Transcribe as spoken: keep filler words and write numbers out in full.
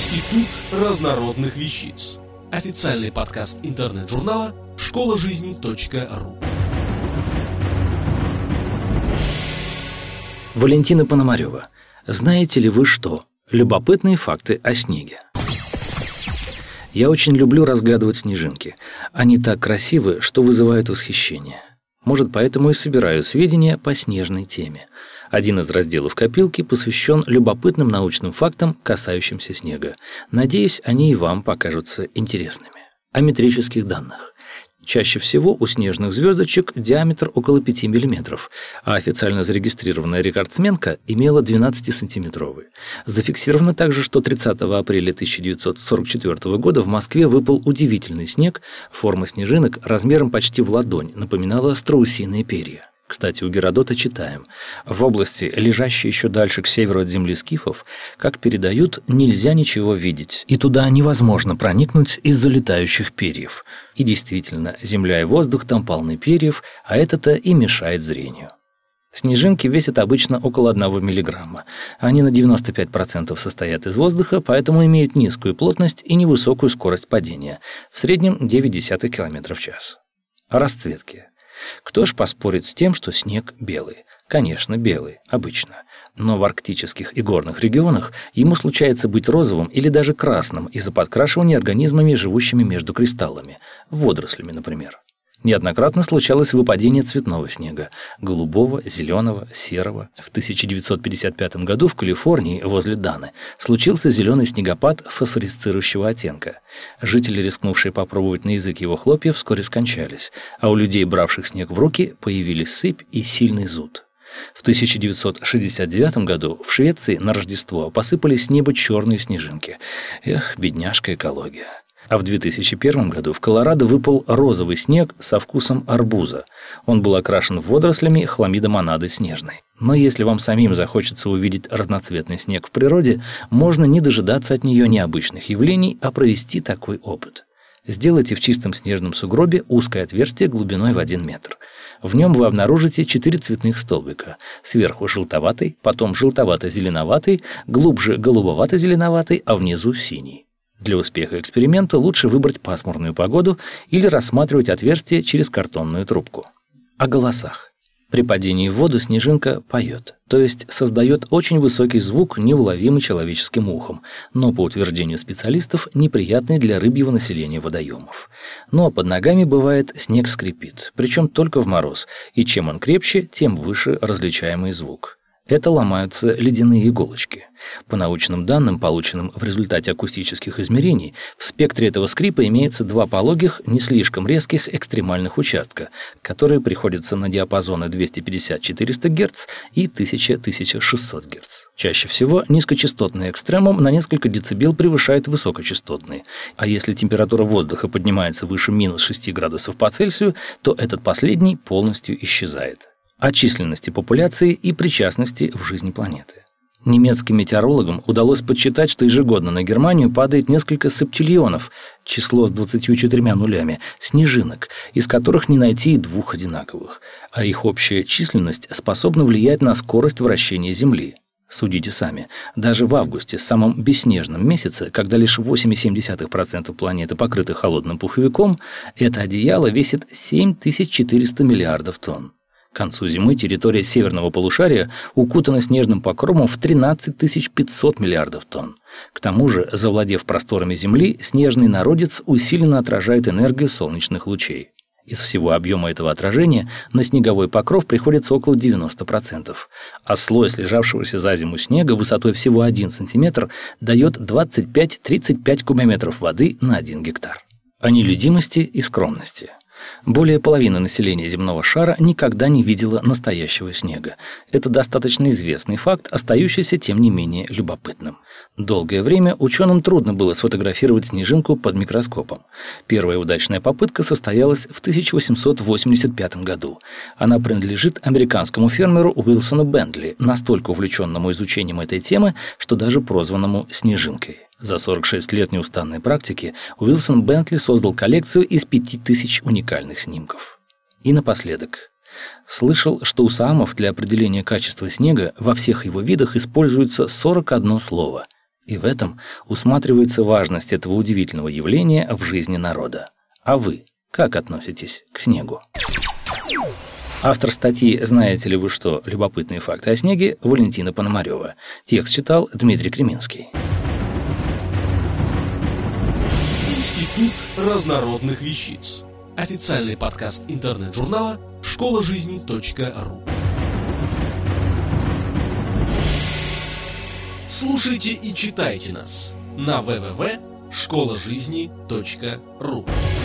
Институт разнородных вещиц. Официальный подкаст интернет-журнала школа жизни точка ру. Валентина Пономарева. Знаете ли вы что? Любопытные факты о снеге. Я очень люблю разглядывать снежинки. Они так красивы, что вызывают восхищение. Может, поэтому и собираю сведения по снежной теме. Один из разделов копилки посвящен любопытным научным фактам, касающимся снега. Надеюсь, они и вам покажутся интересными. О метрических данных. Чаще всего у снежных звездочек диаметр около пяти миллиметров, а официально зарегистрированная рекордсменка имела двенадцатисантиметровый. Зафиксировано также, что тридцатого апреля тысяча девятьсот сорок четвёртого года в Москве выпал удивительный снег, форма снежинок размером почти в ладонь, напоминала страусиные перья. Кстати, у Геродота читаем: в области, лежащей еще дальше к северу от земли скифов, как передают, нельзя ничего видеть, и туда невозможно проникнуть из-за летающих перьев. И действительно, земля и воздух там полны перьев, а это-то и мешает зрению. Снежинки весят обычно около одного миллиграмма. Они на девяносто пять процентов состоят из воздуха, поэтому имеют низкую плотность и невысокую скорость падения, в среднем девять десятых километра в час. О расцветке. Кто ж поспорит с тем, что снег белый? Конечно, белый, обычно. Но в арктических и горных регионах ему случается быть розовым или даже красным из-за подкрашивания организмами, живущими между кристаллами, водорослями, например. Неоднократно случалось выпадение цветного снега – голубого, зеленого, серого. В тысяча девятьсот пятьдесят пятом году в Калифорнии, возле Даны, случился зеленый снегопад фосфорисцирующего оттенка. Жители, рискнувшие попробовать на язык его хлопья, вскоре скончались, а у людей, бравших снег в руки, появились сыпь и сильный зуд. В тысяча девятьсот шестьдесят девятом году в Швеции на Рождество посыпались с неба черные снежинки. Эх, бедняжка экология. А в две тысячи первом году в Колорадо выпал розовый снег со вкусом арбуза. Он был окрашен водорослями хламида монады снежной. Но если вам самим захочется увидеть разноцветный снег в природе, можно не дожидаться от нее необычных явлений, а провести такой опыт. Сделайте в чистом снежном сугробе узкое отверстие глубиной в один метр. В нем вы обнаружите четыре цветных столбика. Сверху желтоватый, потом желтовато-зеленоватый, глубже голубовато-зеленоватый, а внизу синий. Для успеха эксперимента лучше выбрать пасмурную погоду или рассматривать отверстие через картонную трубку. О голосах. При падении в воду снежинка поет, то есть создает очень высокий звук, неуловимый человеческим ухом, но, по утверждению специалистов, неприятный для рыбьего населения водоемов. Ну а под ногами, бывает, снег скрипит, причем только в мороз, и чем он крепче, тем выше различаемый звук. Это ломаются ледяные иголочки. По научным данным, полученным в результате акустических измерений, в спектре этого скрипа имеется два пологих, не слишком резких экстремальных участка, которые приходятся на диапазоны двести пятьдесят - четыреста Гц и тысяча - тысяча шестьсот Гц. Чаще всего низкочастотный экстремум на несколько децибел превышает высокочастотный, а если температура воздуха поднимается выше минус шести градусов по Цельсию, то этот последний полностью исчезает. О численности популяции и причастности в жизни планеты. Немецким метеорологам удалось подсчитать, что ежегодно на Германию падает несколько септиллионов, число с двадцатью четырьмя нулями, снежинок, из которых не найти и двух одинаковых, а их общая численность способна влиять на скорость вращения Земли. Судите сами, даже в августе, самом бесснежном месяце, когда лишь восемь целых семь десятых процента планеты покрыты холодным пуховиком, это одеяло весит семь тысяч четыреста миллиардов тонн. К концу зимы территория северного полушария укутана снежным покровом в тринадцать тысяч пятьсот миллиардов тонн. К тому же, завладев просторами Земли, снежный народец усиленно отражает энергию солнечных лучей. Из всего объема этого отражения на снеговой покров приходится около девяноста процентов, а слой слежавшегося за зиму снега высотой всего один сантиметр дает двадцать пять - тридцать пять кубометров воды на один гектар. О нелюдимости и скромности. Более половины населения земного шара никогда не видела настоящего снега. Это достаточно известный факт, остающийся тем не менее любопытным. Долгое время ученым трудно было сфотографировать снежинку под микроскопом. Первая удачная попытка состоялась в тысяча восемьсот восемьдесят пятом году. Она принадлежит американскому фермеру Уилсону Бентли, настолько увлеченному изучением этой темы, что даже прозванному «снежинкой». За сорок шесть лет неустанной практики Уилсон Бентли создал коллекцию из пяти тысяч уникальных снимков. И напоследок. Слышал, что у саамов для определения качества снега во всех его видах используется сорок одно слово. И в этом усматривается важность этого удивительного явления в жизни народа. А вы как относитесь к снегу? Автор статьи «Знаете ли вы что? Любопытные факты о снеге» Валентина Пономарёва. Текст читал Дмитрий Креминский. Институт разнородных вещиц. Официальный подкаст интернет-журнала школа жизни точка ру. Слушайте и читайте нас на дабл ю дабл ю дабл ю точка школа жизни точка ру.